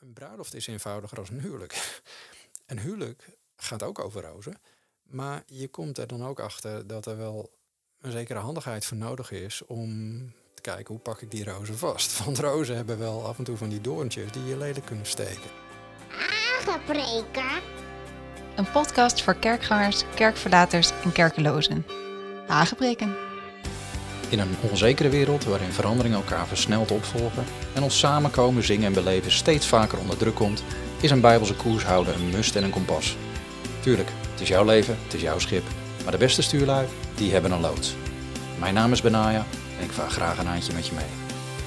Een bruiloft is eenvoudiger als een huwelijk. Een huwelijk gaat ook over rozen. Maar je komt er dan ook achter dat er wel een zekere handigheid voor nodig is om te kijken hoe pak ik die rozen vast. Want rozen hebben wel af en toe van die doorntjes die je lelijk kunnen steken. Hagepreken. Een podcast voor kerkgangers, kerkverlaters en kerkelozen. Hagepreken. In een onzekere wereld waarin veranderingen elkaar versneld opvolgen en ons samenkomen, zingen en beleven steeds vaker onder druk komt, is een bijbelse koers houden een must en een kompas. Tuurlijk, het is jouw leven, het is jouw schip, maar de beste stuurlui, die hebben een loods. Mijn naam is Benaya en ik vaar graag een eindje met je mee.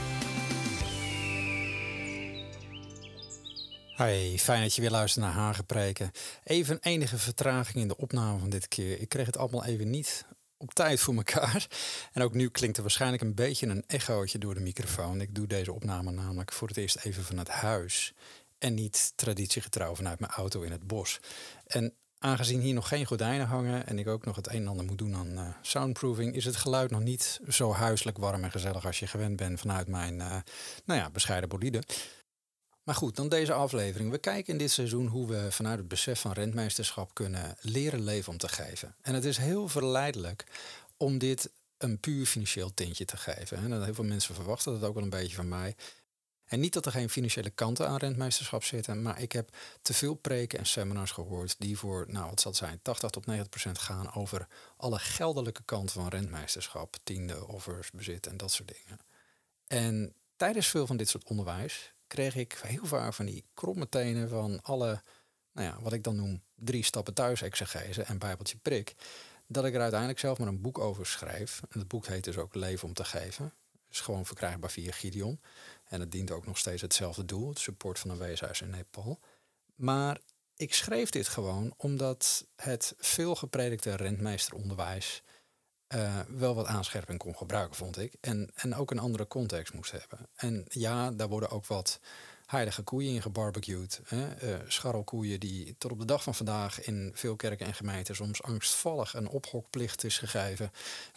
Hoi, fijn dat je weer luistert naar Hagepreken. Even enige vertraging in de opname van dit keer. Ik kreeg het allemaal even niet op tijd voor elkaar. En ook nu klinkt er waarschijnlijk een beetje een echootje door de microfoon. Ik doe deze opname namelijk voor het eerst even vanuit huis. En niet traditiegetrouw vanuit mijn auto in het bos. En aangezien hier nog geen gordijnen hangen en ik ook nog het een en ander moet doen aan soundproofing, is het geluid nog niet zo huiselijk warm en gezellig als je gewend bent vanuit mijn bescheiden bolide. Maar goed, dan deze aflevering. We kijken in dit seizoen hoe we vanuit het besef van rentmeesterschap kunnen leren leven om te geven. En het is heel verleidelijk om dit een puur financieel tintje te geven. En heel veel mensen verwachten dat ook wel een beetje van mij. En niet dat er geen financiële kanten aan rentmeesterschap zitten, maar ik heb te veel preken en seminars gehoord die voor, wat zal het zijn, 80 tot 90% gaan over alle geldelijke kanten van rentmeesterschap, tiende, offers, bezit en dat soort dingen. En tijdens veel van dit soort onderwijs kreeg ik heel vaak van die kromme tenen van alle, wat ik dan noem 3 stappen thuis exegese en bijbeltje prik, dat ik er uiteindelijk zelf maar een boek over schrijf. En het boek heet dus ook Leven om te geven. Het is gewoon verkrijgbaar via Gideon. En het dient ook nog steeds hetzelfde doel, het support van een weeshuis in Nepal. Maar ik schreef dit gewoon omdat het veel gepredikte rentmeesteronderwijs wel wat aanscherping kon gebruiken, vond ik. En ook een andere context moest hebben. En ja, daar worden ook wat heilige koeien in gebarbecued. Scharrelkoeien die tot op de dag van vandaag in veel kerken en gemeenten soms angstvallig een ophokplicht is gegeven.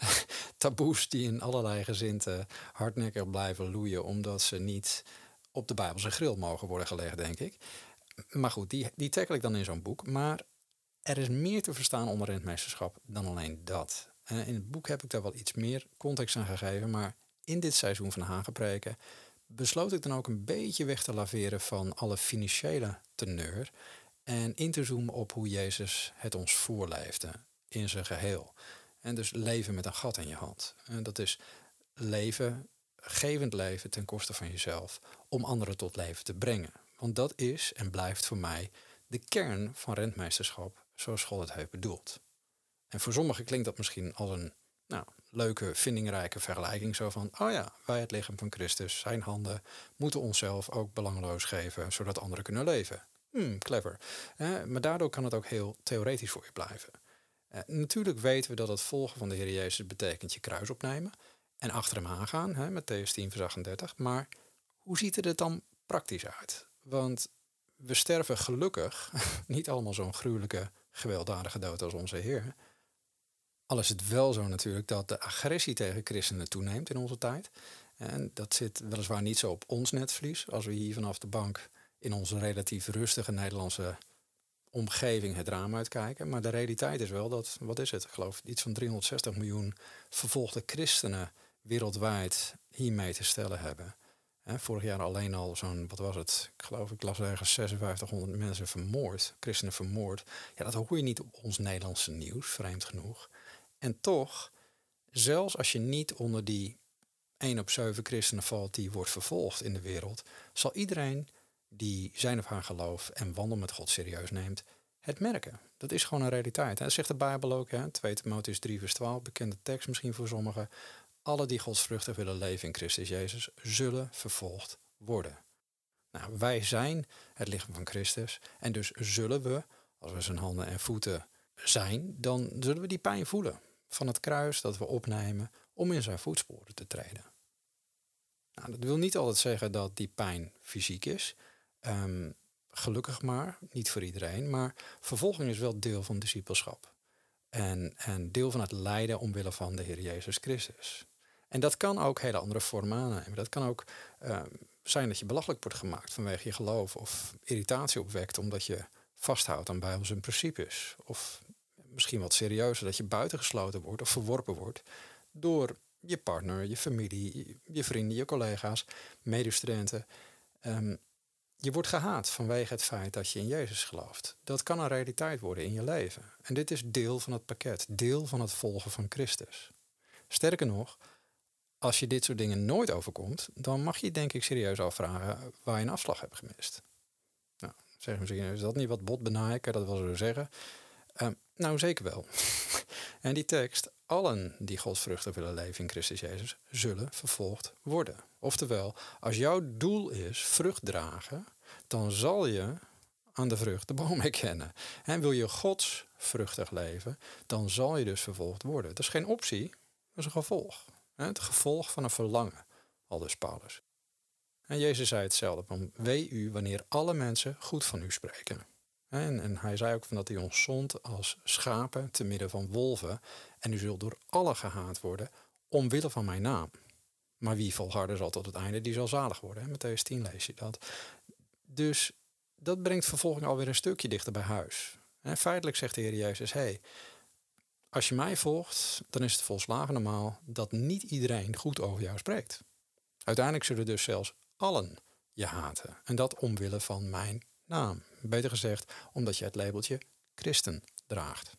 Taboes die in allerlei gezinten hardnekkig blijven loeien omdat ze niet op de Bijbelse grill mogen worden gelegd, denk ik. Maar goed, die tackle ik dan in zo'n boek. Maar er is meer te verstaan onder rentmeesterschap dan alleen dat. In het boek heb ik daar wel iets meer context aan gegeven, maar in dit seizoen van Hagepreken besloot ik dan ook een beetje weg te laveren van alle financiële teneur en in te zoomen op hoe Jezus het ons voorleefde in zijn geheel. En dus leven met een gat in je hand. En dat is leven, gevend leven ten koste van jezelf, om anderen tot leven te brengen. Want dat is en blijft voor mij de kern van rentmeesterschap zoals God het heeft bedoeld. En voor sommigen klinkt dat misschien als een leuke, vindingrijke vergelijking. Zo van, wij het lichaam van Christus, zijn handen, moeten onszelf ook belangloos geven, zodat anderen kunnen leven. Clever. Maar daardoor kan het ook heel theoretisch voor je blijven. Natuurlijk weten we dat het volgen van de Heer Jezus betekent je kruis opnemen en achter hem aangaan, met Mattheüs 10 vers 38. Maar hoe ziet het er dan praktisch uit? Want we sterven gelukkig niet allemaal zo'n gruwelijke, gewelddadige dood als onze Heer. Al is het wel zo natuurlijk dat de agressie tegen christenen toeneemt in onze tijd. En dat zit weliswaar niet zo op ons netvlies, als we hier vanaf de bank in onze relatief rustige Nederlandse omgeving het raam uitkijken. Maar de realiteit is wel dat, ik geloof iets van 360 miljoen vervolgde christenen wereldwijd hiermee te stellen hebben. Vorig jaar alleen al zo'n, ik las ergens 5600 mensen vermoord, christenen vermoord. Ja, dat hoor je niet op ons Nederlandse nieuws, vreemd genoeg. En toch, zelfs als je niet onder die 1 op 7 christenen valt die wordt vervolgd in de wereld, zal iedereen die zijn of haar geloof en wandel met God serieus neemt, het merken. Dat is gewoon een realiteit. En dat zegt de Bijbel ook, 2 Timotheüs 3 vers 12, bekende tekst misschien voor sommigen. Alle die godsvruchtig willen leven in Christus Jezus, zullen vervolgd worden. Nou, wij zijn het lichaam van Christus en dus zullen we, als we zijn handen en voeten zijn, dan zullen we die pijn voelen van het kruis dat we opnemen om in zijn voetsporen te treden. Nou, dat wil niet altijd zeggen dat die pijn fysiek is. Gelukkig maar, niet voor iedereen. Maar vervolging is wel deel van discipelschap. En deel van het lijden omwille van de Heer Jezus Christus. En dat kan ook hele andere vormen aannemen. Dat kan ook zijn dat je belachelijk wordt gemaakt vanwege je geloof of irritatie opwekt omdat je vasthoudt aan bijbelse principes. Of misschien wat serieuzer dat je buitengesloten wordt of verworpen wordt door je partner, je familie, je vrienden, je collega's, medestudenten. Je wordt gehaat vanwege het feit dat je in Jezus gelooft. Dat kan een realiteit worden in je leven. En dit is deel van het pakket, deel van het volgen van Christus. Sterker nog, als je dit soort dingen nooit overkomt, dan mag je denk ik serieus afvragen waar je een afslag hebt gemist. Nou, zeg misschien, is dat niet wat botbenaaien, kan je dat wel zo zeggen? Nou, zeker wel. En die tekst, allen die godsvruchtig willen leven in Christus Jezus, zullen vervolgd worden. Oftewel, als jouw doel is vrucht dragen, dan zal je aan de vrucht de boom herkennen. En wil je godsvruchtig leven, dan zal je dus vervolgd worden. Dat is geen optie, dat is een gevolg. Het gevolg van een verlangen, aldus Paulus. En Jezus zei hetzelfde, van wee u wanneer alle mensen goed van u spreken. En hij zei ook van dat hij ons zond als schapen te midden van wolven. En u zult door allen gehaat worden omwille van mijn naam. Maar wie volharden zal tot het einde, die zal zalig worden. Mattheüs 10 lees je dat. Dus dat brengt vervolging alweer een stukje dichter bij huis. En feitelijk zegt de Heer Jezus, als je mij volgt, dan is het volslagen normaal dat niet iedereen goed over jou spreekt. Uiteindelijk zullen dus zelfs allen je haten. En dat omwille van mijn naam. Beter gezegd, omdat je het labeltje christen draagt.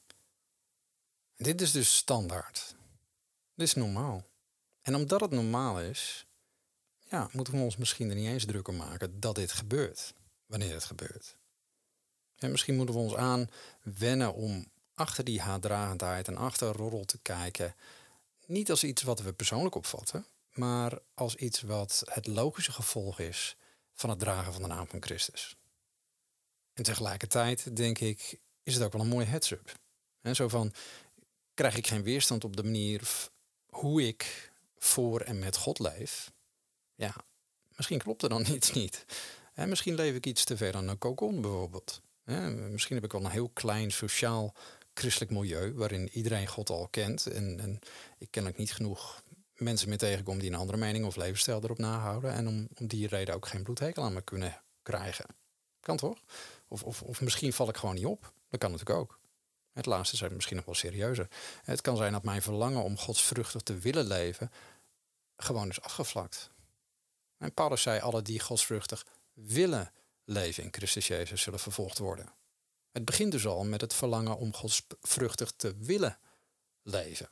Dit is dus standaard. Dit is normaal. En omdat het normaal is, moeten we ons misschien er niet eens druk om maken dat dit gebeurt. Wanneer het gebeurt. En misschien moeten we ons aanwennen om achter die haatdragendheid en achter roddel te kijken. Niet als iets wat we persoonlijk opvatten, maar als iets wat het logische gevolg is van het dragen van de naam van Christus. En tegelijkertijd, denk ik, is het ook wel een mooie heads-up. Zo van, krijg ik geen weerstand op de manier hoe ik voor en met God leef? Ja, misschien klopt er dan iets niet. En misschien leef ik iets te ver aan een cocon bijvoorbeeld. Misschien heb ik wel een heel klein sociaal christelijk milieu waarin iedereen God al kent. En ik ken ook niet genoeg mensen meer tegenkom die een andere mening of levensstijl erop nahouden. En om die reden ook geen bloedhekel aan me kunnen krijgen. Kan toch? Of misschien val ik gewoon niet op. Dat kan natuurlijk ook. Het laatste is misschien nog wel serieuzer. Het kan zijn dat mijn verlangen om godsvruchtig te willen leven gewoon is afgevlakt. En Paulus zei, alle die godsvruchtig willen leven in Christus Jezus zullen vervolgd worden. Het begint dus al met het verlangen om godsvruchtig te willen leven.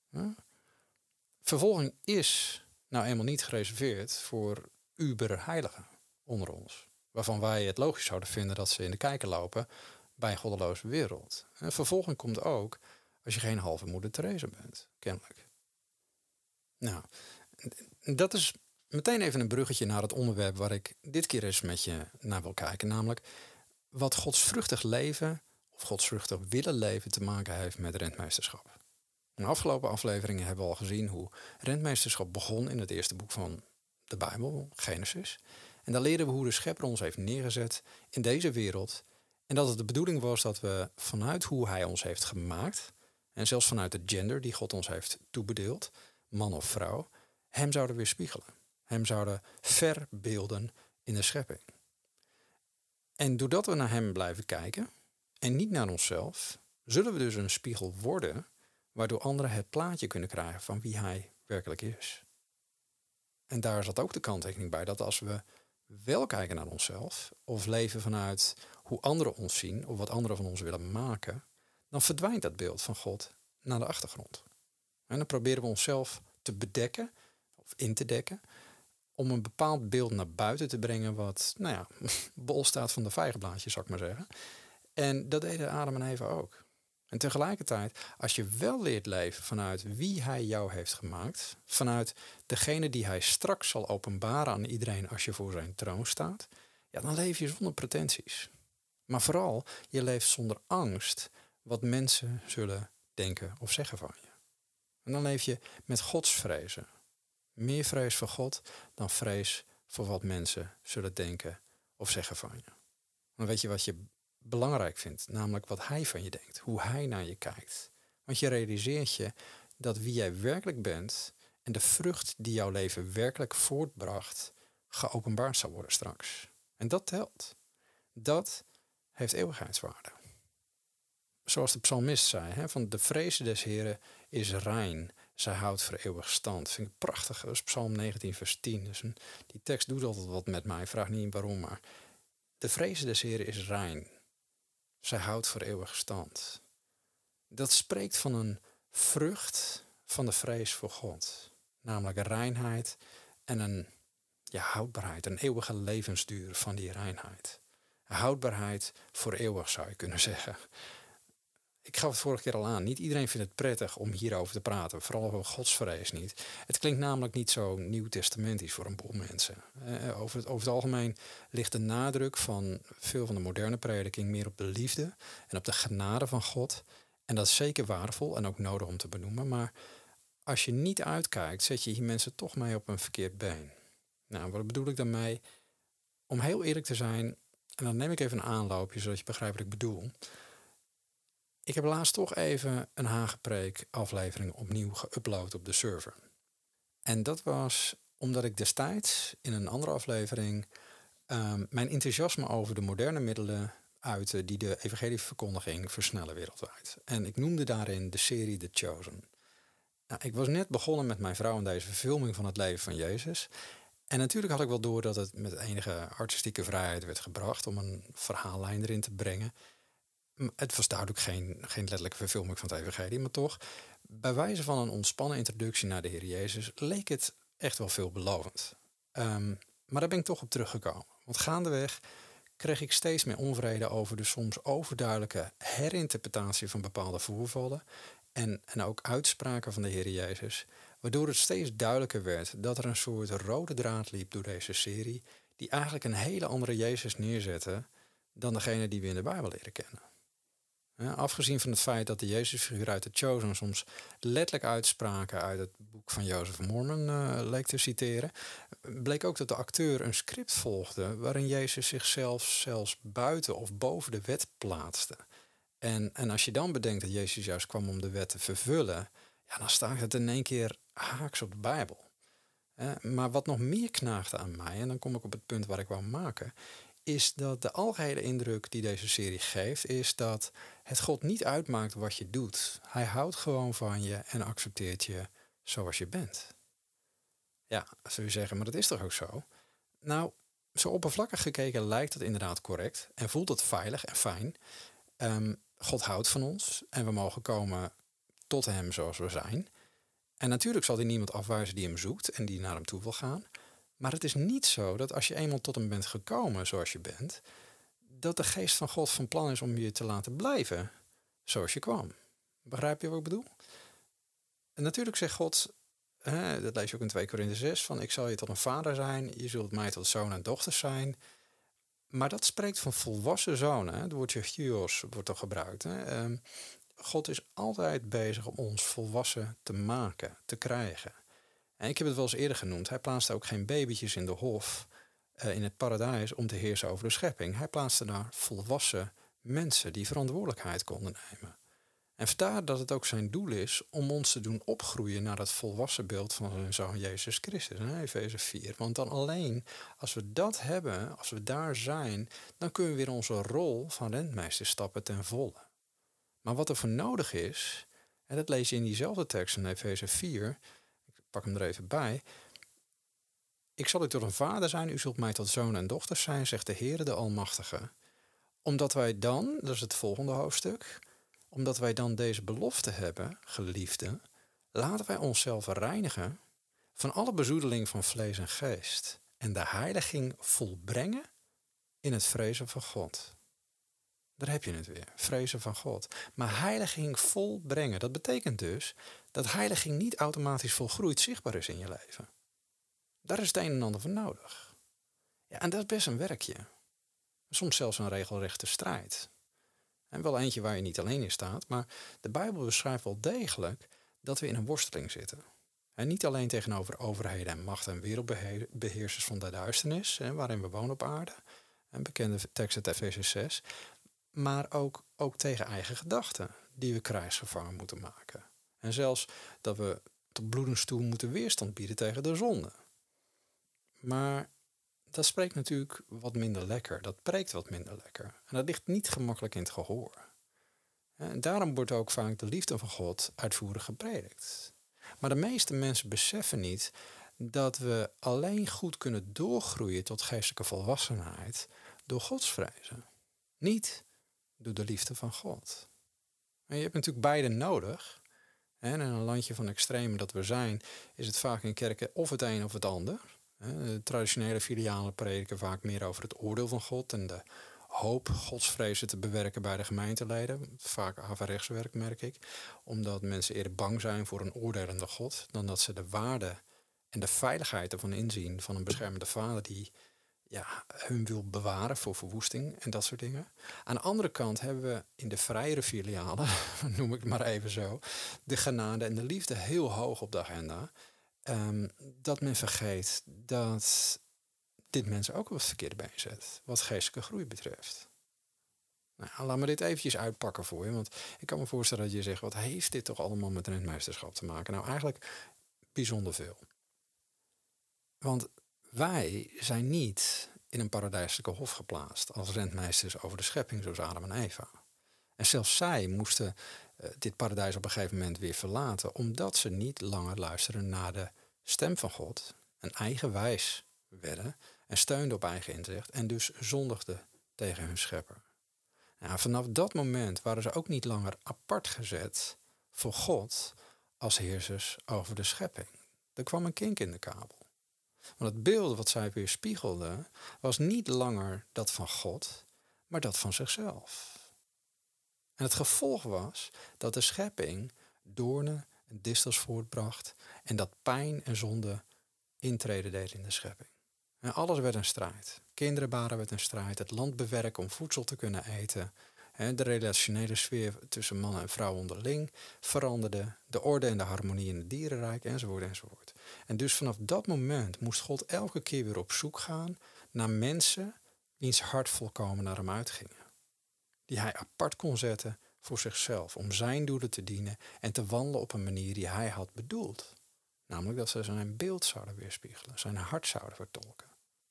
Vervolging is nou eenmaal niet gereserveerd voor uberheiligen onder ons. Waarvan wij het logisch zouden vinden dat ze in de kijker lopen bij een goddeloze wereld. En vervolging komt ook als je geen halve moeder Teresa bent, kennelijk. Nou, dat is meteen even een bruggetje naar het onderwerp waar ik dit keer eens met je naar wil kijken. Namelijk wat godsvruchtig leven of godsvruchtig willen leven te maken heeft met rentmeesterschap. In de afgelopen afleveringen hebben we al gezien hoe rentmeesterschap begon in het eerste boek van de Bijbel, Genesis. En daar leren we hoe de Schepper ons heeft neergezet in deze wereld. En dat het de bedoeling was dat we vanuit hoe hij ons heeft gemaakt, en zelfs vanuit de gender die God ons heeft toebedeeld, man of vrouw, hem zouden weerspiegelen. Hem zouden verbeelden in de schepping. En doordat we naar hem blijven kijken en niet naar onszelf, zullen we dus een spiegel worden waardoor anderen het plaatje kunnen krijgen van wie hij werkelijk is. En daar zat ook de kanttekening bij dat als we wel kijken naar onszelf of leven vanuit hoe anderen ons zien of wat anderen van ons willen maken, dan verdwijnt dat beeld van God naar de achtergrond. En dan proberen we onszelf te bedekken of in te dekken om een bepaald beeld naar buiten te brengen wat, bol staat van de vijgenblaadjes, zou ik maar zeggen. En dat deden Adam en Eva ook. En tegelijkertijd, als je wel leert leven vanuit wie hij jou heeft gemaakt, vanuit degene die hij straks zal openbaren aan iedereen als je voor zijn troon staat, dan leef je zonder pretenties. Maar vooral, je leeft zonder angst wat mensen zullen denken of zeggen van je. En dan leef je met godsvrezen. Meer vrees voor God dan vrees voor wat mensen zullen denken of zeggen van je. Dan weet je wat je belangrijk vindt, namelijk wat hij van je denkt, hoe hij naar je kijkt. Want je realiseert je dat wie jij werkelijk bent en de vrucht die jouw leven werkelijk voortbracht, geopenbaard zal worden straks. En dat telt. Dat heeft eeuwigheidswaarde. Zoals de psalmist zei, van de vrezen des Heren is rein. Zij houdt voor eeuwig stand. Vind ik prachtig. Dat is Psalm 19 vers 10. Dus die tekst doet altijd wat met mij. Ik vraag niet waarom, maar de vrezen des Heren is rein. Zij houdt voor eeuwig stand. Dat spreekt van een vrucht van de vrees voor God. Namelijk reinheid en een houdbaarheid. Een eeuwige levensduur van die reinheid. Een houdbaarheid voor eeuwig zou je kunnen zeggen. Ik gaf het vorige keer al aan. Niet iedereen vindt het prettig om hierover te praten. Vooral over godsvrees niet. Het klinkt namelijk niet zo nieuwtestamentisch voor een boel mensen. Over het algemeen ligt de nadruk van veel van de moderne prediking meer op de liefde en op de genade van God. En dat is zeker waardevol en ook nodig om te benoemen. Maar als je niet uitkijkt, zet je hier mensen toch mee op een verkeerd been. Nou, wat bedoel ik daarmee? Om heel eerlijk te zijn, en dan neem ik even een aanloopje zodat je begrijpt wat ik bedoel. Ik heb laatst toch even een Hagepreek aflevering opnieuw geüpload op de server. En dat was omdat ik destijds in een andere aflevering mijn enthousiasme over de moderne middelen uitte die de evangelieverkondiging versnellen wereldwijd. En ik noemde daarin de serie The Chosen. Nou, ik was net begonnen met mijn vrouw aan deze verfilming van het leven van Jezus. En natuurlijk had ik wel door dat het met enige artistieke vrijheid werd gebracht om een verhaallijn erin te brengen. Het was duidelijk geen letterlijke verfilming van het evangelie, maar toch, bij wijze van een ontspannen introductie naar de Heer Jezus, leek het echt wel veelbelovend. Maar daar ben ik toch op teruggekomen. Want gaandeweg kreeg ik steeds meer onvrede over de soms overduidelijke herinterpretatie van bepaalde voorvallen en ook uitspraken van de Heer Jezus, waardoor het steeds duidelijker werd dat er een soort rode draad liep door deze serie, die eigenlijk een hele andere Jezus neerzette dan degene die we in de Bijbel leren kennen. Afgezien van het feit dat de Jezusfiguur uit The Chosen soms letterlijk uitspraken uit het boek van Jozef Mormon leek te citeren, bleek ook dat de acteur een script volgde waarin Jezus zichzelf zelfs buiten of boven de wet plaatste. En als je dan bedenkt dat Jezus juist kwam om de wet te vervullen, dan staat het in één keer haaks op de Bijbel. Maar wat nog meer knaagde aan mij, en dan kom ik op het punt waar ik wou maken, is dat de algehele indruk die deze serie geeft, is dat het God niet uitmaakt wat je doet. Hij houdt gewoon van je en accepteert je zoals je bent. Ja, zul je zeggen, maar dat is toch ook zo? Nou, zo oppervlakkig gekeken lijkt het inderdaad correct en voelt het veilig en fijn. God houdt van ons en we mogen komen tot hem zoals we zijn. En natuurlijk zal hij niemand afwijzen die hem zoekt en die naar hem toe wil gaan. Maar het is niet zo dat als je eenmaal tot hem bent gekomen zoals je bent, dat de geest van God van plan is om je te laten blijven zoals je kwam. Begrijp je wat ik bedoel? En natuurlijk zegt God, dat lees je ook in 2 Korinthe 6, van ik zal je tot een vader zijn, je zult mij tot zoon en dochters zijn. Maar dat spreekt van volwassen zonen. Het woordje huios wordt toch gebruikt. God is altijd bezig om ons volwassen te maken, te krijgen. En ik heb het wel eens eerder genoemd. Hij plaatste ook geen babytjes in de hof in het paradijs om te heersen over de schepping. Hij plaatste daar volwassen mensen die verantwoordelijkheid konden nemen. En vandaar dat het ook zijn doel is om ons te doen opgroeien naar het volwassen beeld van zijn zoon Jezus Christus. Efeze 4. Want dan alleen als we dat hebben, als we daar zijn, dan kunnen we weer onze rol van rentmeester stappen ten volle. Maar wat er voor nodig is, en dat lees je in diezelfde tekst in Efeze 4, ik pak hem er even bij. Ik zal u tot een vader zijn, u zult mij tot zoon en dochters zijn, zegt de Heere de Almachtige. Omdat wij dan, dat is het volgende hoofdstuk, omdat wij dan deze belofte hebben, geliefden, laten wij onszelf reinigen van alle bezoedeling van vlees en geest en de heiliging volbrengen in het vrezen van God. Daar heb je het weer, vrezen van God. Maar heiliging volbrengen, dat betekent dus dat heiliging niet automatisch volgroeid zichtbaar is in je leven. Daar is het een en ander voor nodig. Ja, en dat is best een werkje. Soms zelfs een regelrechte strijd. En wel eentje waar je niet alleen in staat, maar de Bijbel beschrijft wel degelijk dat we in een worsteling zitten. En niet alleen tegenover overheden en macht en wereldbeheersers van de duisternis, waarin we wonen op aarde. Een bekende tekst uit Efeze 6. Maar ook tegen eigen gedachten die we krijgsgevangen moeten maken. En zelfs dat we tot bloedens toe moeten weerstand bieden tegen de zonde. Maar dat spreekt natuurlijk wat minder lekker. Dat preekt wat minder lekker. En dat ligt niet gemakkelijk in het gehoor. En daarom wordt ook vaak de liefde van God uitvoerig gepredikt. Maar de meeste mensen beseffen niet dat we alleen goed kunnen doorgroeien tot geestelijke volwassenheid door godsvrezen. Niet door de liefde van God. En je hebt natuurlijk beide nodig. En in een landje van extremen dat we zijn, is het vaak in kerken of het een of het ander. De traditionele filialen prediken vaak meer over het oordeel van God en de hoop godsvrezen te bewerken bij de gemeenteleden. Vaak averechts werk, merk ik. Omdat mensen eerder bang zijn voor een oordelende God dan dat ze de waarde en de veiligheid ervan inzien van een beschermende vader die hun wil bewaren voor verwoesting en dat soort dingen. Aan de andere kant hebben we in de vrijere filialen, noem ik het maar even zo, de genade en de liefde heel hoog op de agenda. Dat men vergeet dat dit mensen ook wat verkeerde been zet, wat geestelijke groei betreft. Nou, laat me dit eventjes uitpakken voor je, want ik kan me voorstellen dat je zegt, wat heeft dit toch allemaal met rentmeesterschap te maken? Nou, eigenlijk bijzonder veel. Want wij zijn niet in een paradijselijke hof geplaatst als rentmeesters over de schepping zoals Adam en Eva. En zelfs zij moesten dit paradijs op een gegeven moment weer verlaten, omdat ze niet langer luisterden naar de stem van God en eigenwijs werden en steunden op eigen inzicht en dus zondigden tegen hun schepper. Nou, vanaf dat moment waren ze ook niet langer apart gezet voor God als heersers over de schepping. Er kwam een kink in de kabel. Want het beeld wat zij weer spiegelden was niet langer dat van God, maar dat van zichzelf. En het gevolg was dat de schepping doornen en distels voortbracht en dat pijn en zonde intrede deed in de schepping. En alles werd een strijd. Kinderen baren werd een strijd, het land bewerken om voedsel te kunnen eten. De relationele sfeer tussen man en vrouw onderling veranderde, de orde en de harmonie in het dierenrijk enzovoort enzovoort. En dus vanaf dat moment moest God elke keer weer op zoek gaan naar mensen wiens hart volkomen naar hem uitgingen. Die hij apart kon zetten voor zichzelf, om zijn doelen te dienen en te wandelen op een manier die hij had bedoeld. Namelijk dat ze zijn beeld zouden weerspiegelen, zijn hart zouden vertolken.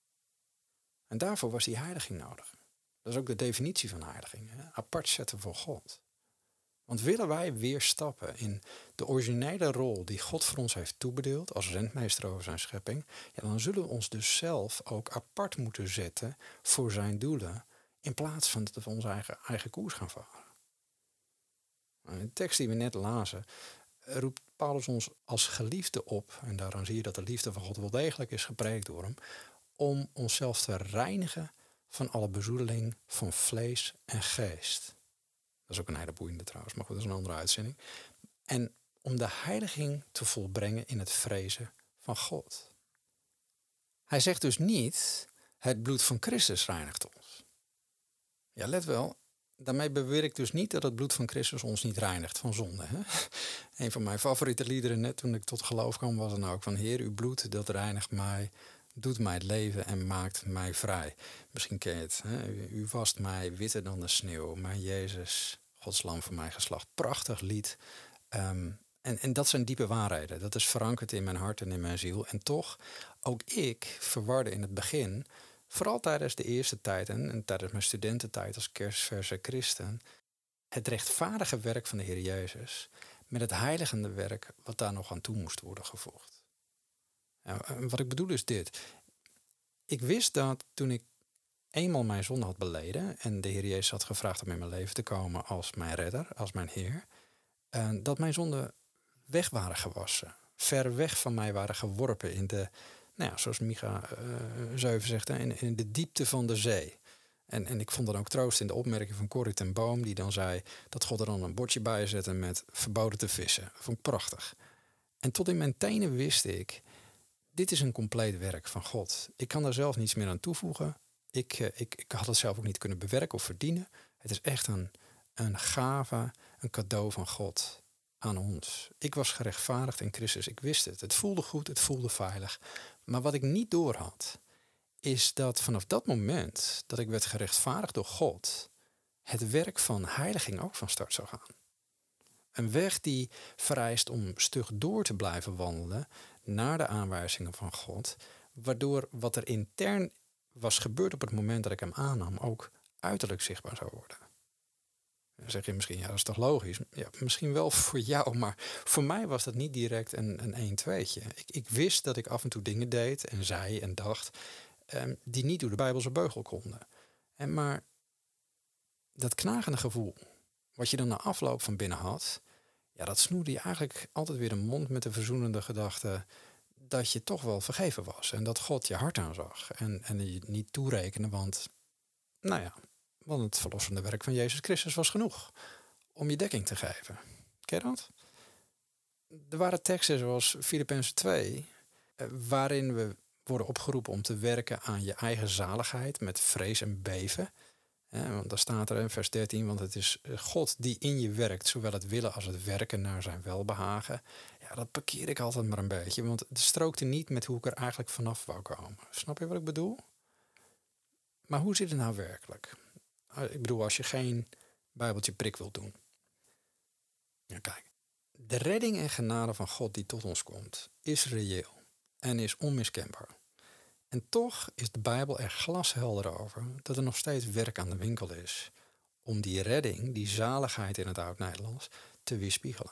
En daarvoor was die heiliging nodig. Dat is ook de definitie van heiliging, hè? Apart zetten voor God. Want willen wij weer stappen in de originele rol die God voor ons heeft toebedeeld als rentmeester over zijn schepping, dan zullen we ons dus zelf ook apart moeten zetten voor zijn doelen, in plaats van dat we onze eigen koers gaan varen. In de tekst die we net lazen, roept Paulus ons als geliefde op, en daaraan zie je dat de liefde van God wel degelijk is gepreekt door hem, om onszelf te reinigen van alle bezoedeling van vlees en geest. Dat is ook een hele boeiende trouwens, maar goed, dat is een andere uitzending. En om de heiliging te volbrengen in het vrezen van God. Hij zegt dus niet, het bloed van Christus reinigt ons. Ja, let wel, daarmee beweer ik dus niet dat het bloed van Christus ons niet reinigt van zonde. Hè? Een van mijn favoriete liederen net toen ik tot geloof kwam was dan ook van Heer, uw bloed dat reinigt mij, doet mij leven en maakt mij vrij. Misschien ken je het. Hè? U wast mij witter dan de sneeuw. Mijn Jezus, Gods lam voor mij geslacht. Prachtig lied. En dat zijn diepe waarheden. Dat is verankerd in mijn hart en in mijn ziel. En toch, ook ik verwarde in het begin, vooral tijdens de eerste tijd en tijdens mijn studententijd als kerstverse christen, het rechtvaardige werk van de Heer Jezus met het heiligende werk wat daar nog aan toe moest worden gevoegd. Wat ik bedoel is dit. Ik wist dat toen ik eenmaal mijn zonde had beleden en de Heer Jezus had gevraagd om in mijn leven te komen als mijn redder, als mijn Heer, dat mijn zonden weg waren gewassen. Ver weg van mij waren geworpen in de, zoals Micha 7 zegt, in de diepte van de zee. En ik vond dan ook troost in de opmerking van Corrie ten Boom, die dan zei dat God er dan een bordje bij zette met verboden te vissen. Dat vond ik prachtig. En tot in mijn tenen wist ik, dit is een compleet werk van God. Ik kan daar zelf niets meer aan toevoegen. Ik had het zelf ook niet kunnen bewerken of verdienen. Het is echt een gave, een cadeau van God aan ons. Ik was gerechtvaardigd in Christus. Ik wist het. Het voelde goed, het voelde veilig. Maar wat ik niet doorhad, is dat vanaf dat moment dat ik werd gerechtvaardigd door God, het werk van heiliging ook van start zou gaan. Een weg die vereist om stug door te blijven wandelen naar de aanwijzingen van God, waardoor wat er intern was gebeurd op het moment dat ik hem aannam, ook uiterlijk zichtbaar zou worden. Dan zeg je misschien, ja, dat is toch logisch? Ja, misschien wel voor jou, maar voor mij was dat niet direct een 1-2'tje. Ik wist dat ik af en toe dingen deed en zei en dacht die niet door de Bijbelse beugel konden. Maar dat knagende gevoel, wat je dan na afloop van binnen had, ja, dat snoerde je eigenlijk altijd weer de mond met de verzoenende gedachte dat je toch wel vergeven was. En dat God je hart aanzag. En je niet toerekenen, want het verlossende werk van Jezus Christus was genoeg om je dekking te geven. Ken je dat? Er waren teksten zoals Filippenzen 2, waarin we worden opgeroepen om te werken aan je eigen zaligheid met vrees en beven. Want daar staat er in vers 13, want het is God die in je werkt, zowel het willen als het werken naar zijn welbehagen. Ja, dat parkeer ik altijd maar een beetje, want het strookte niet met hoe ik er eigenlijk vanaf wou komen. Snap je wat ik bedoel? Maar hoe zit het nou werkelijk? Ik bedoel, als je geen Bijbeltje prik wilt doen. Ja, kijk. De redding en genade van God die tot ons komt, is reëel en is onmiskenbaar. En toch is de Bijbel er glashelder over dat er nog steeds werk aan de winkel is om die redding, die zaligheid in het Oud-Nederlands, te weerspiegelen.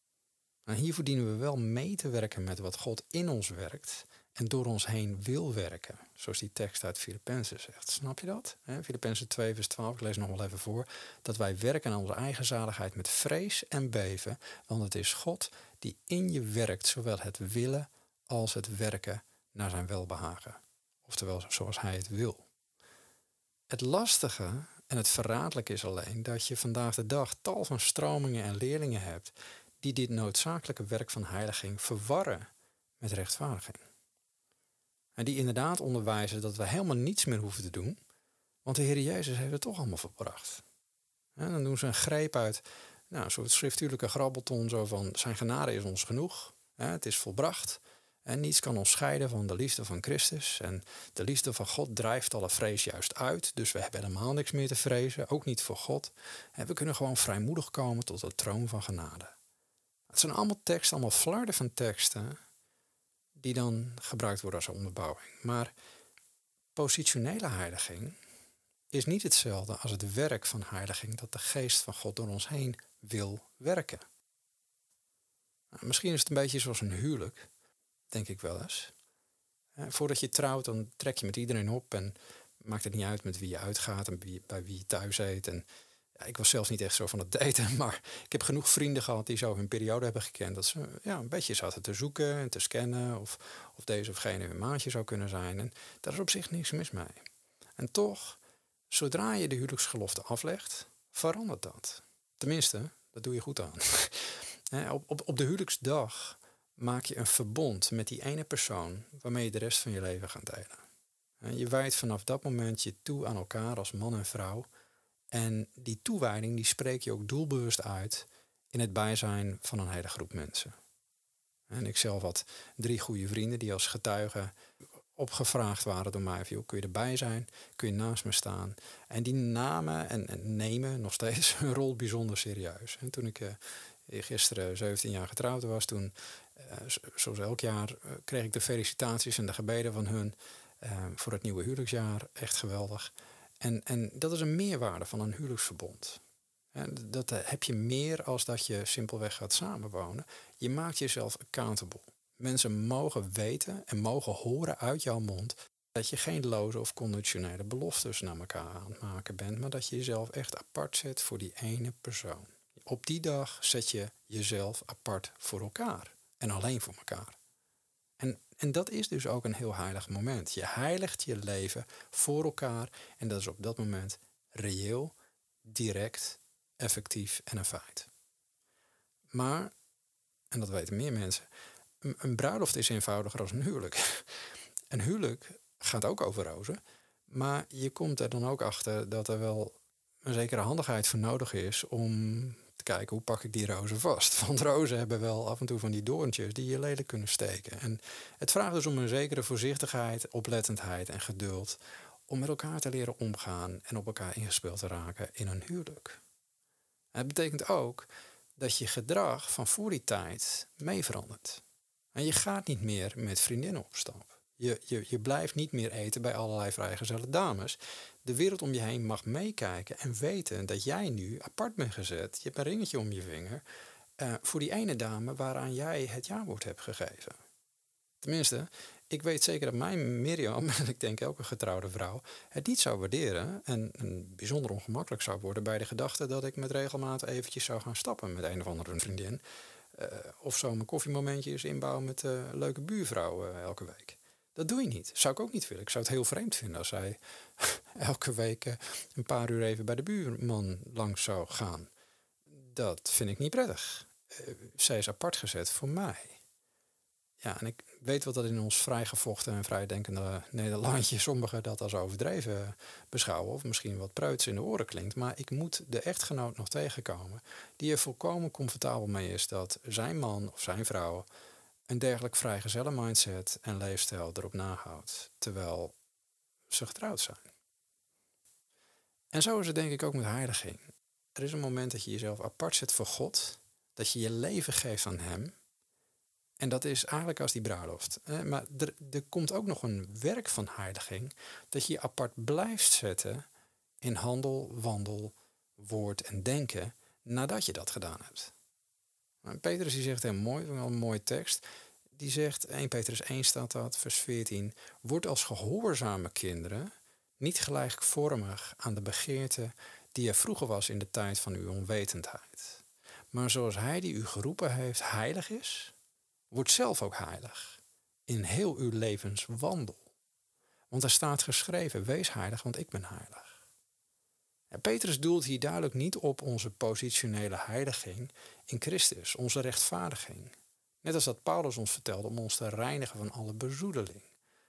En hiervoor dienen we wel mee te werken met wat God in ons werkt en door ons heen wil werken. Zoals die tekst uit Filippenzen zegt. Snap je dat? Filippenzen 2 vers 12, ik lees nog wel even voor. Dat wij werken aan onze eigen zaligheid met vrees en beven. Want het is God die in je werkt, zowel het willen als het werken naar zijn welbehagen. Oftewel zoals hij het wil. Het lastige en het verraderlijke is alleen dat je vandaag de dag tal van stromingen en leerlingen hebt die dit noodzakelijke werk van heiliging verwarren met rechtvaardiging. En die inderdaad onderwijzen dat we helemaal niets meer hoeven te doen, want de Heer Jezus heeft het toch allemaal volbracht. En dan doen ze een greep uit een soort schriftuurlijke grabbelton zo van zijn genade is ons genoeg, het is volbracht. En niets kan ons scheiden van de liefde van Christus. En de liefde van God drijft alle vrees juist uit. Dus we hebben helemaal niks meer te vrezen, ook niet voor God. En we kunnen gewoon vrijmoedig komen tot de troon van genade. Het zijn allemaal teksten, allemaal flarden van teksten die dan gebruikt worden als onderbouwing. Maar positionele heiliging is niet hetzelfde als het werk van heiliging dat de geest van God door ons heen wil werken. Misschien is het een beetje zoals een huwelijk, denk ik wel eens. Voordat je trouwt, dan trek je met iedereen op en maakt het niet uit met wie je uitgaat en bij wie je thuis eet. En ik was zelfs niet echt zo van het daten, maar ik heb genoeg vrienden gehad die zo hun periode hebben gekend. Dat ze een beetje zaten te zoeken en te scannen of deze of gene hun maatje zou kunnen zijn. En daar is op zich niks mis mee. En toch, zodra je de huwelijksgelofte aflegt, verandert dat. Tenminste, dat doe je goed aan. Op de huwelijksdag maak je een verbond met die ene persoon waarmee je de rest van je leven gaat delen. Je wijdt vanaf dat moment je toe aan elkaar als man en vrouw. En die toewijding die spreek je ook doelbewust uit in het bijzijn van een hele groep mensen. En ik zelf had 3 goede vrienden die als getuigen opgevraagd waren door mij. Van, kun je erbij zijn? Kun je naast me staan? En die namen en nemen nog steeds hun rol bijzonder serieus. En toen ik gisteren 17 jaar getrouwd was, toen, zoals elk jaar, kreeg ik de felicitaties en de gebeden van hun voor het nieuwe huwelijksjaar. Echt geweldig. En dat is een meerwaarde van een huwelijksverbond. En dat heb je meer als dat je simpelweg gaat samenwonen. Je maakt jezelf accountable. Mensen mogen weten en mogen horen uit jouw mond dat je geen loze of conditionele beloftes naar elkaar aan het maken bent, maar dat je jezelf echt apart zet voor die ene persoon. Op die dag zet je jezelf apart voor elkaar en alleen voor elkaar. En dat is dus ook een heel heilig moment. Je heiligt je leven voor elkaar en dat is op dat moment reëel, direct, effectief en een feit. Maar, en dat weten meer mensen, een bruiloft is eenvoudiger dan een huwelijk. Een huwelijk gaat ook over rozen, maar je komt er dan ook achter dat er wel een zekere handigheid voor nodig is om te kijken hoe pak ik die rozen vast. Want rozen hebben wel af en toe van die doorntjes die je lelijk kunnen steken. En het vraagt dus om een zekere voorzichtigheid, oplettendheid en geduld om met elkaar te leren omgaan en op elkaar ingespeeld te raken in een huwelijk. En het betekent ook dat je gedrag van voor die tijd mee verandert. En je gaat niet meer met vriendinnen op stap. Je blijft niet meer eten bij allerlei vrijgezelle dames. De wereld om je heen mag meekijken en weten dat jij nu apart bent gezet. Je hebt een ringetje om je vinger voor die ene dame waaraan jij het jawoord hebt gegeven. Tenminste, ik weet zeker dat mijn Mirjam, en ik denk elke getrouwde vrouw, het niet zou waarderen en bijzonder ongemakkelijk zou worden bij de gedachte dat ik met regelmaat eventjes zou gaan stappen met een of andere vriendin. Of zo mijn koffiemomentjes inbouwen met leuke buurvrouw elke week. Dat doe je niet. Zou ik ook niet willen. Ik zou het heel vreemd vinden als zij elke week een paar uur even bij de buurman langs zou gaan. Dat vind ik niet prettig. Zij is apart gezet voor mij. Ja, en ik weet wel dat in ons vrijgevochten en vrijdenkende Nederlandje sommigen dat als overdreven beschouwen of misschien wat preuts in de oren klinkt. Maar ik moet de echtgenoot nog tegenkomen die er volkomen comfortabel mee is dat zijn man of zijn vrouw een dergelijk vrijgezelle mindset en leefstijl erop nahoudt, terwijl ze getrouwd zijn. En zo is het denk ik ook met heiliging. Er is een moment dat je jezelf apart zet voor God, dat je je leven geeft aan Hem. En dat is eigenlijk als die bruiloft. Maar er komt ook nog een werk van heiliging, dat je je apart blijft zetten in handel, wandel, woord en denken, nadat je dat gedaan hebt. Petrus die zegt heel mooi, wel een mooie tekst. Die zegt, 1 Petrus 1 staat dat, vers 14. Word als gehoorzame kinderen niet gelijkvormig aan de begeerte die er vroeger was in de tijd van uw onwetendheid. Maar zoals hij die u geroepen heeft heilig is, word zelf ook heilig in heel uw levenswandel. Want er staat geschreven, wees heilig, want ik ben heilig. En Petrus doelt hier duidelijk niet op onze positionele heiliging in Christus, onze rechtvaardiging. Net als dat Paulus ons vertelde om ons te reinigen van alle bezoedeling.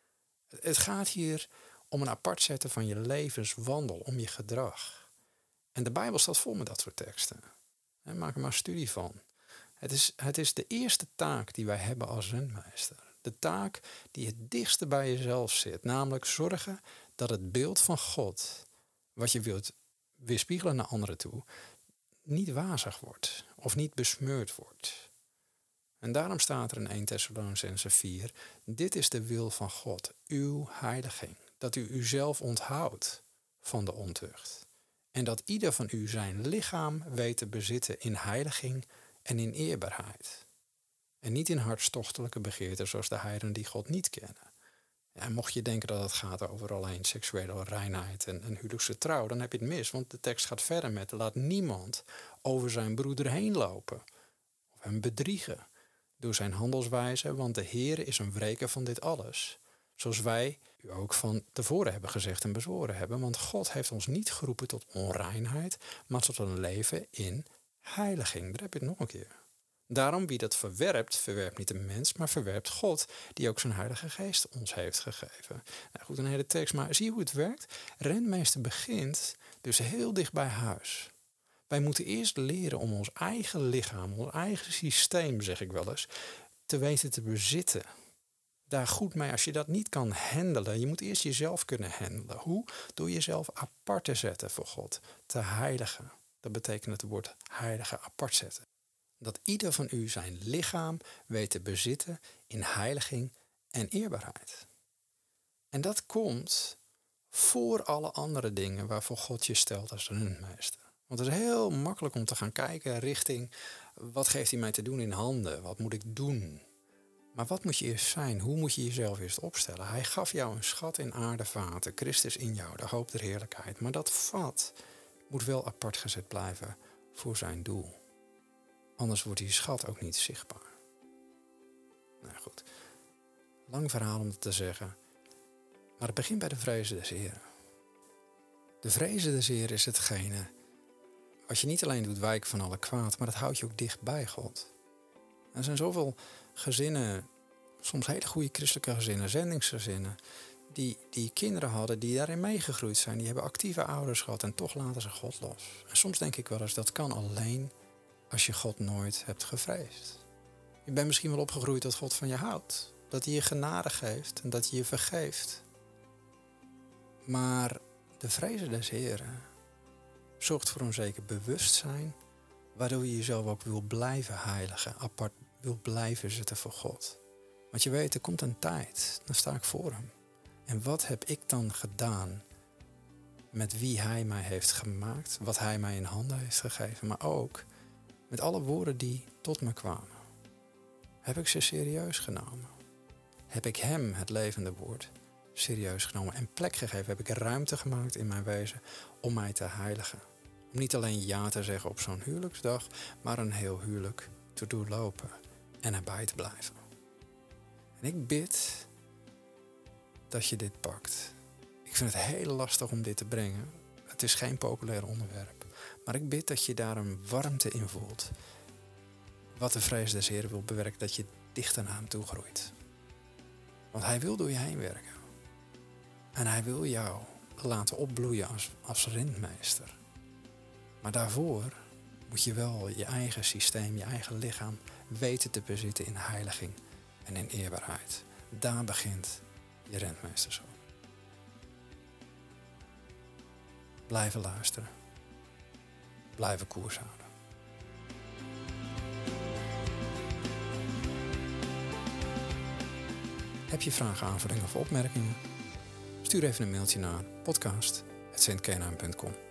Het gaat hier om een apart zetten van je levenswandel, om je gedrag. En de Bijbel staat vol met dat soort teksten. Maak er maar studie van. Het is de eerste taak die wij hebben als rentmeester. De taak die het dichtste bij jezelf zit. Namelijk zorgen dat het beeld van God, wat je wilt weerspiegelen naar anderen toe, niet wazig wordt of niet besmeurd wordt. En daarom staat er in 1 Thessalonicenzen 4, dit is de wil van God, uw heiliging. Dat u uzelf onthoudt van de ontucht. En dat ieder van u zijn lichaam weet te bezitten in heiliging en in eerbaarheid. En niet in hartstochtelijke begeerten zoals de heidenen die God niet kennen. En mocht je denken dat het gaat over alleen seksuele reinheid en huwelijkse trouw, dan heb je het mis. Want de tekst gaat verder met, laat niemand over zijn broeder heen lopen. Of hem bedriegen door zijn handelswijze, want de Heer is een wreker van dit alles. Zoals wij u ook van tevoren hebben gezegd en bezworen hebben. Want God heeft ons niet geroepen tot onreinheid, maar tot een leven in heiliging. Daar heb je het nog een keer. Daarom wie dat verwerpt, verwerpt niet de mens, maar verwerpt God, die ook zijn Heilige Geest ons heeft gegeven. Nou goed, een hele tekst, maar zie je hoe het werkt? Rentmeester begint dus heel dicht bij huis. Wij moeten eerst leren om ons eigen lichaam, ons eigen systeem, zeg ik wel eens, te weten te bezitten. Daar goed mee, als je dat niet kan handelen, je moet eerst jezelf kunnen handelen. Hoe? Door jezelf apart te zetten voor God, te heiligen. Dat betekent het woord heilige apart zetten. Dat ieder van u zijn lichaam weet te bezitten in heiliging en eerbaarheid. En dat komt voor alle andere dingen waarvoor God je stelt als rentmeester. Want het is heel makkelijk om te gaan kijken richting, wat geeft hij mij te doen in handen? Wat moet ik doen? Maar wat moet je eerst zijn? Hoe moet je jezelf eerst opstellen? Hij gaf jou een schat in aardevaten, Christus in jou, de hoop der heerlijkheid. Maar dat vat moet wel apart gezet blijven voor zijn doel. Anders wordt die schat ook niet zichtbaar. Nou goed, lang verhaal om het te zeggen. Maar het begint bij de vrezen des Heren. De vrezen des Heren is hetgene wat je niet alleen doet wijken van alle kwaad, maar dat houdt je ook dicht bij God. Er zijn zoveel gezinnen, soms hele goede christelijke gezinnen, zendingsgezinnen, die kinderen hadden die daarin meegegroeid zijn. Die hebben actieve ouders gehad en toch laten ze God los. En soms denk ik wel eens, dat kan alleen als je God nooit hebt gevreesd. Je bent misschien wel opgegroeid dat God van je houdt. Dat hij je genade geeft en dat hij je vergeeft. Maar de vrezen des Heren zorgt voor een zeker bewustzijn, waardoor je jezelf ook wil blijven heiligen, apart wil blijven zetten voor God. Want je weet, er komt een tijd, dan sta ik voor hem. En wat heb ik dan gedaan met wie hij mij heeft gemaakt, wat hij mij in handen heeft gegeven, maar ook met alle woorden die tot me kwamen. Heb ik ze serieus genomen? Heb ik hem, het levende woord, serieus genomen en plek gegeven? Heb ik ruimte gemaakt in mijn wezen om mij te heiligen? Om niet alleen ja te zeggen op zo'n huwelijksdag, maar een heel huwelijk te doorlopen en erbij te blijven. En ik bid dat je dit pakt. Ik vind het heel lastig om dit te brengen. Het is geen populair onderwerp. Maar ik bid dat je daar een warmte in voelt. Wat de vrees des Heren wil bewerken, dat je dichter naar hem toe groeit. Want hij wil door je heen werken. En hij wil jou laten opbloeien als rentmeester. Maar daarvoor moet je wel je eigen systeem, je eigen lichaam weten te bezitten in heiliging en in eerbaarheid. Daar begint je rentmeesterschap. Blijven luisteren. Blijven koers houden. Heb je vragen, aanvullingen of opmerkingen? Stuur even een mailtje naar podcast@sintkenaan.com.